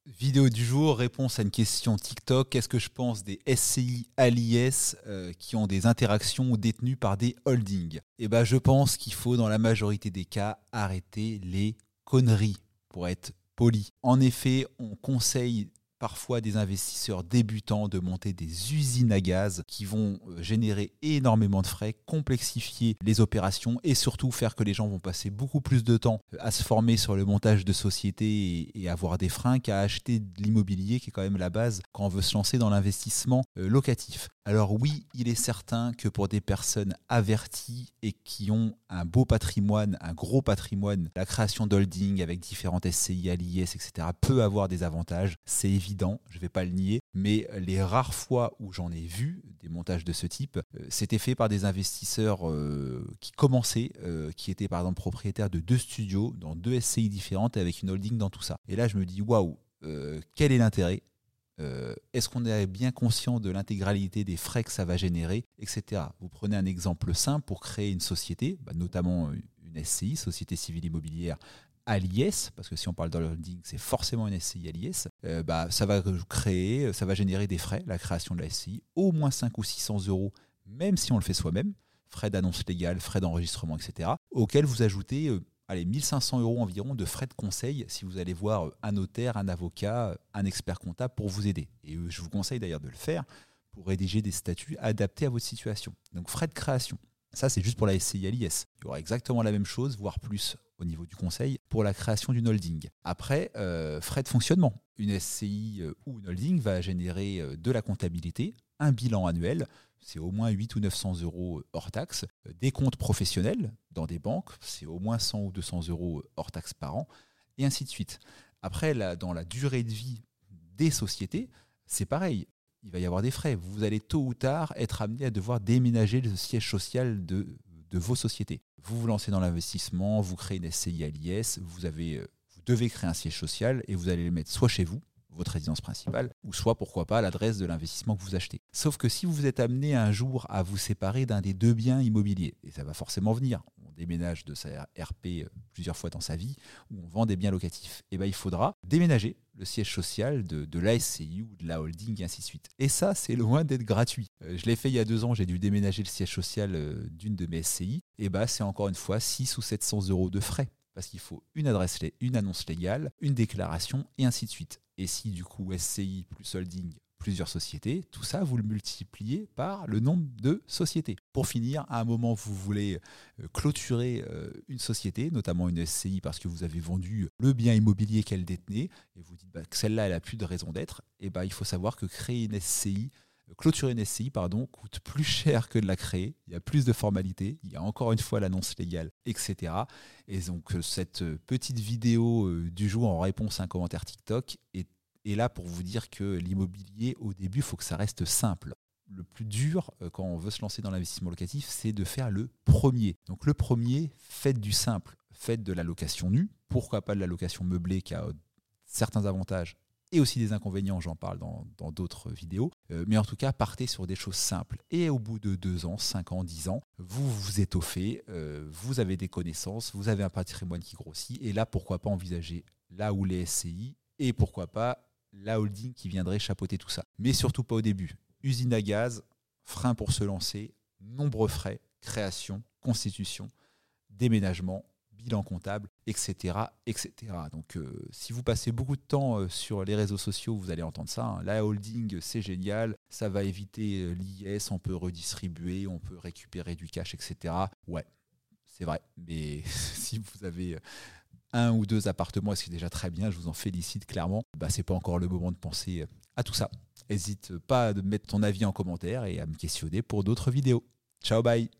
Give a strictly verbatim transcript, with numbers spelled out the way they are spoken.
Vidéo du jour, réponse à une question TikTok. Qu'est-ce que je pense des S C I à l'I S euh, qui ont des interactions détenues par des holdings? Eh ben, je pense qu'il faut, dans la majorité des cas, arrêter les conneries, pour être poli. En effet, on conseille parfois des investisseurs débutants de monter des usines à gaz qui vont générer énormément de frais, complexifier les opérations et surtout faire que les gens vont passer beaucoup plus de temps à se former sur le montage de sociétés et avoir des freins qu'à acheter de l'immobilier qui est quand même la base quand on veut se lancer dans l'investissement locatif. Alors oui, il est certain que pour des personnes averties et qui ont un beau patrimoine, un gros patrimoine, la création d'holding avec différentes S C I à l'I S, et cetera peut avoir des avantages. C'est évident, je ne vais pas le nier, mais les rares fois où j'en ai vu des montages de ce type, euh, c'était fait par des investisseurs euh, qui commençaient, euh, qui étaient par exemple propriétaires de deux studios dans deux S C I différentes et avec une holding dans tout ça. Et là, je me dis, waouh, euh, quel est l'intérêt ? Euh, est-ce qu'on est bien conscient de l'intégralité des frais que ça va générer, et cetera. Vous prenez un exemple simple pour créer une société, bah notamment une S C I, Société Civile Immobilière, à l'I S, parce que si on parle de holding, c'est forcément une S C I à l'I S, euh, bah, ça va créer, ça va générer des frais, la création de la S C I, au moins cinq ou six cents euros, même si on le fait soi-même, frais d'annonce légale, frais d'enregistrement, et cetera, auxquels vous ajoutez euh, allez, mille cinq cents euros environ de frais de conseil si vous allez voir un notaire, un avocat, un expert comptable pour vous aider. Et je vous conseille d'ailleurs de le faire pour rédiger des statuts adaptés à votre situation. Donc frais de création, ça c'est juste pour la S C I à l'I S. Il y aura exactement la même chose, voire plus au niveau du conseil, pour la création d'une holding. Après, euh, frais de fonctionnement. Une S C I ou une holding va générer de la comptabilité, un bilan annuel, c'est au moins huit ou neuf cents euros hors taxe. Des comptes professionnels dans des banques, c'est au moins cent ou deux cents euros hors taxe par an, et ainsi de suite. Après, là, dans la durée de vie des sociétés, c'est pareil. Il va y avoir des frais. Vous allez tôt ou tard être amené à devoir déménager le siège social de, de vos sociétés. Vous vous lancez dans l'investissement, vous créez une S C I à l'I S, vous, avez, vous devez créer un siège social et vous allez le mettre soit chez vous, votre résidence principale, ou soit, pourquoi pas, l'adresse de l'investissement que vous achetez. Sauf que si vous êtes amené un jour à vous séparer d'un des deux biens immobiliers, et ça va forcément venir, on déménage de sa R P plusieurs fois dans sa vie, ou on vend des biens locatifs, et ben il faudra déménager le siège social de, de la S C I ou de la holding, et ainsi de suite. Et ça, c'est loin d'être gratuit. Euh, je l'ai fait il y a deux ans, j'ai dû déménager le siège social euh, d'une de mes S C I, et ben c'est encore une fois six ou sept cents euros de frais. Parce qu'il faut une adresse, une annonce légale, une déclaration, et ainsi de suite. Et si du coup S C I plus holding, plusieurs sociétés, tout ça, vous le multipliez par le nombre de sociétés. Pour finir, à un moment, vous voulez clôturer une société, notamment une S C I, parce que vous avez vendu le bien immobilier qu'elle détenait, et vous dites bah, que celle-là, elle n'a plus de raison d'être, et bah, il faut savoir que créer une S C I, clôturer une S C I pardon, coûte plus cher que de la créer. Il y a plus de formalités. Il y a encore une fois l'annonce légale, et cetera. Et donc, cette petite vidéo du jour en réponse à un commentaire TikTok est, est là pour vous dire que l'immobilier, au début, il faut que ça reste simple. Le plus dur, quand on veut se lancer dans l'investissement locatif, c'est de faire le premier. Donc, le premier, faites du simple. Faites de la location nue. Pourquoi pas de la location meublée qui a certains avantages et aussi des inconvénients, j'en parle dans, dans d'autres vidéos. Euh, mais en tout cas, partez sur des choses simples. Et au bout de deux ans, cinq ans, dix ans, vous vous étoffez, euh, vous avez des connaissances, vous avez un patrimoine qui grossit. Et là, pourquoi pas envisager là où les S C I et pourquoi pas la holding qui viendrait chapeauter tout ça. Mais surtout pas au début. Usine à gaz, frein pour se lancer, nombreux frais, création, constitution, déménagement, bilan comptable, et cetera, et cetera. Donc, euh, si vous passez beaucoup de temps euh, sur les réseaux sociaux, vous allez entendre ça. Hein. La holding, c'est génial. Ça va éviter euh, l'I S. On peut redistribuer, on peut récupérer du cash, et cetera. Ouais, c'est vrai. Mais si vous avez un ou deux appartements, c'est déjà très bien. Je vous en félicite clairement. Bah, c'est pas encore le moment de penser à tout ça. N'hésite pas à mettre ton avis en commentaire et à me questionner pour d'autres vidéos. Ciao, bye.